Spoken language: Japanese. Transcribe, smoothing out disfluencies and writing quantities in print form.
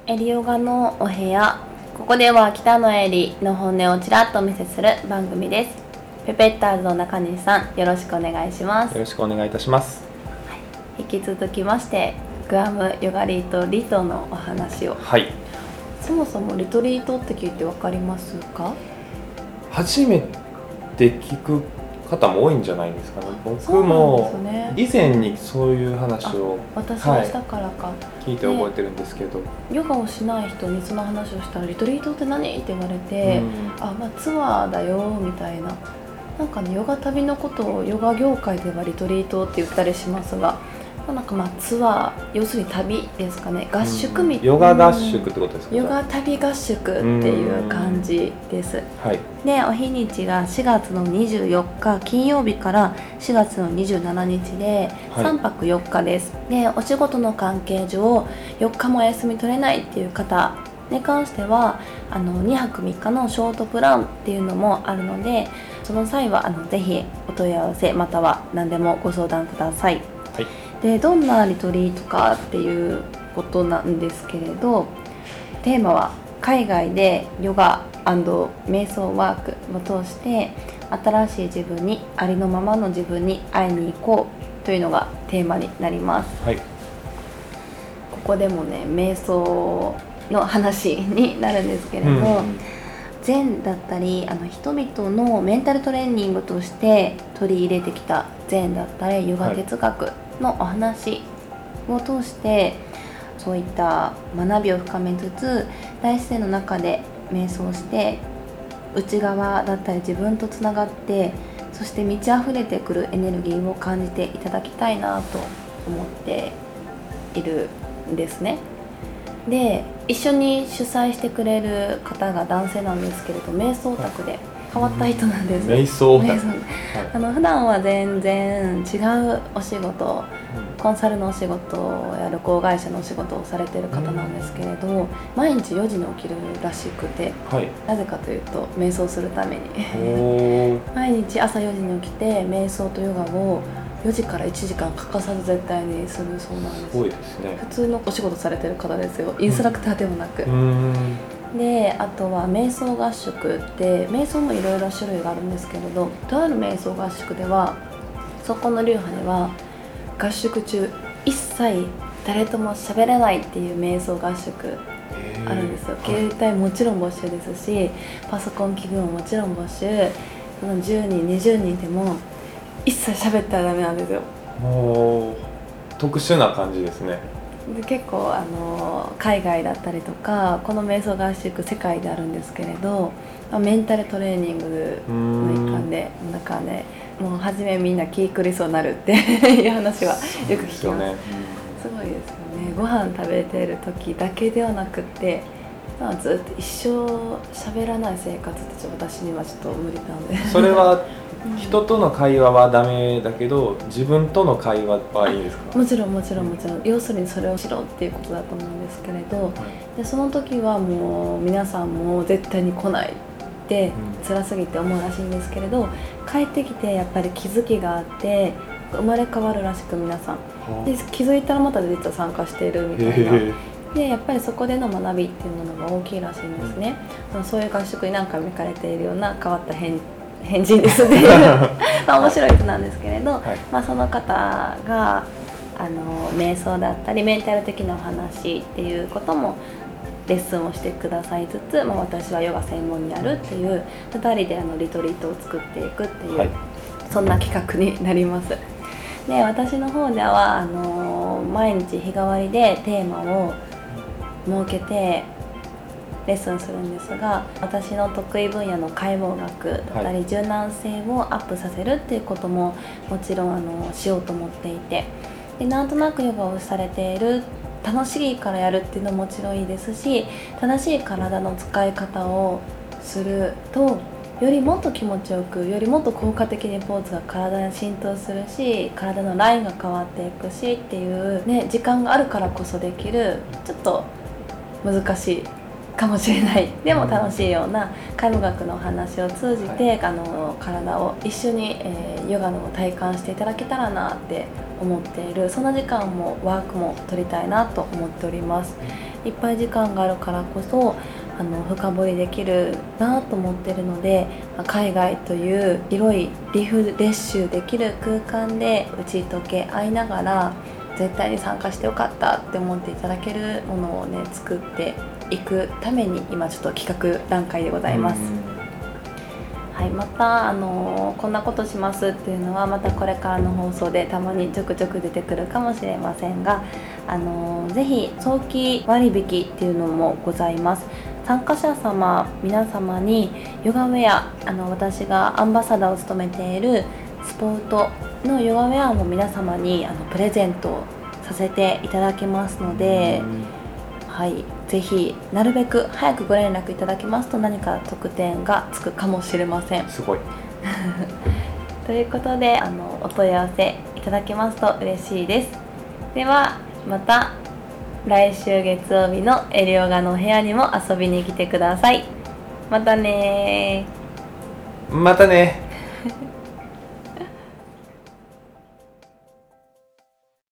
エリヨガのお部屋。ここでは北野エリの本音をちらっとお見せする番組です。ペペッターズの中西さん、よろしくお願いします。 よろしくお願いいたします。 引き続きましてグアムヨガリートリトのお話を。 はい。 そもそもリトリートって聞いて分かりますか？ 初めて聞く方も多いんじゃないですかね。僕そうもなんですね。 以前にそういう話を私はしたからか、 聞いて覚えてるんですけど、 ヨガをしない人にその話をしたらリトリートって何って言われて、ツアーだよみたいな。なんかね、ヨガ旅のことをヨガ業界ではリトリートって言ったりしますが、なんかツアー、要するに旅ですかね、合宿みたいな、 ヨガ合宿ってことですか？ ヨガ旅合宿っていう感じです。 はい。 で、お日にちが4月の24日金曜日から4月の27日で3泊4日です。で、お仕事の関係上4日もお休み取れないっていう方に関しては2泊3日のショートプランっていうのもあるので、その際はぜひお問い合わせまたは何でもご相談ください。 はい。 で、どんなリトリートかっていうことなんですけれど、テーマは海外でヨガ&瞑想ワークを通して新しい自分に、ありのままの自分に会いに行こうというのがテーマになります。 はい。 ここでもね、瞑想の話になるんですけれど、禅だったり人々のメンタルトレーニングとして取り入れてきた禅だったりヨガ哲学のお話を通して、そういった学びを深めつつ大自然の中で瞑想して内側だったり自分とつながって、そして満ち溢れてくるエネルギーを感じていただきたいなと思っているんですね。で、一緒に主催してくれる方が男性なんですけれど、瞑想オタクで変わった人なんです。 瞑想オタク、 普段は全然違うお仕事、コンサルのお仕事をやる旅行会社のお仕事をされている方なんですけれど、毎日4時に起きるらしくて、なぜかというと瞑想するために毎日朝4時に起きて瞑想とヨガを4時から1時間欠かさず絶対にするそうなんです。 すごいですね。 普通のお仕事されてる方ですよ。インストラクターでもなく、で、あとは瞑想合宿って瞑想もいろいろ種類があるんですけれど、とある瞑想合宿ではそこの流派では合宿中一切誰とも喋らないっていう瞑想合宿あるんですよ。携帯もちろん没収ですし、パソコン器具ももちろん没収。その10人20人でも一切喋ったらダメなんですよ。 特殊な感じですね。 で、結構海外だったりとか、この瞑想合宿世界であるんですけれど、メンタルトレーニングの一環で、なんかね、もう初めみんな気狂いそうになるっていう話はよく聞きます。すごいですよね。ご飯食べてる時だけではなくってずっと一生喋らない生活って私にはちょっと無理なんで。 それは人との会話はダメだけど自分との会話はいいですか？ もちろん要するにそれをしろっていうことだと思うんですけれど、でその時はもう皆さんも絶対に来ないって辛すぎて思うらしいんですけれど、帰ってきてやっぱり気づきがあって生まれ変わるらしく、皆さんで気づいたらまた実は参加しているみたいな。で、やっぱりそこでの学びっていうものが大きいらしいんですね。そういう合宿に何回も行かれているような変わった変人ですっていう面白い人なんですけれど、その方が瞑想だったりメンタル的なお話っていうこともレッスンをしてくださいつつ、私はヨガ専門にやるっていう2人でリトリートを作っていくっていう、そんな企画になります。で、私の方では毎日日替わりでテーマを設けてレッスンするんですが、私の得意分野の解剖学だったり柔軟性をアップさせるっていうことももちろんしようと思っていて、でなんとなくヨガをされている、楽しいからやるっていうのももちろんいいですし、正しい体の使い方をするとよりもっと気持ちよく、よりもっと効果的にポーズが体に浸透するし、体のラインが変わっていくしっていうね、時間があるからこそできる、ちょっと難しいかもしれない、でも楽しいような解剖学のお話を通じて、体を一緒に、ヨガの体感していただけたらなって思っている、そんな時間もワークも取りたいなと思っております。いっぱい時間があるからこそ深掘りできるなと思っているので、海外という広いリフレッシュできる空間で打ち解け合いながら、絶対に参加してよかったって思っていただけるものをね作っていくために今ちょっと企画段階でございます。はい、またこんなことしますっていうのはまたこれからの放送でたまにちょくちょく出てくるかもしれませんが、ぜひ早期割引っていうのもございます。参加者様皆様にヨガウェア、私がアンバサダーを務めているスポートのヨガウェアも皆様にプレゼントさせていただきますので、はい、ぜひなるべく早くご連絡いただきますと何か特典がつくかもしれません。 すごいということでお問い合わせいただけますと嬉しいです。ではまた来週月曜日のエリヨガの部屋にも遊びに来てください。またね。 またね。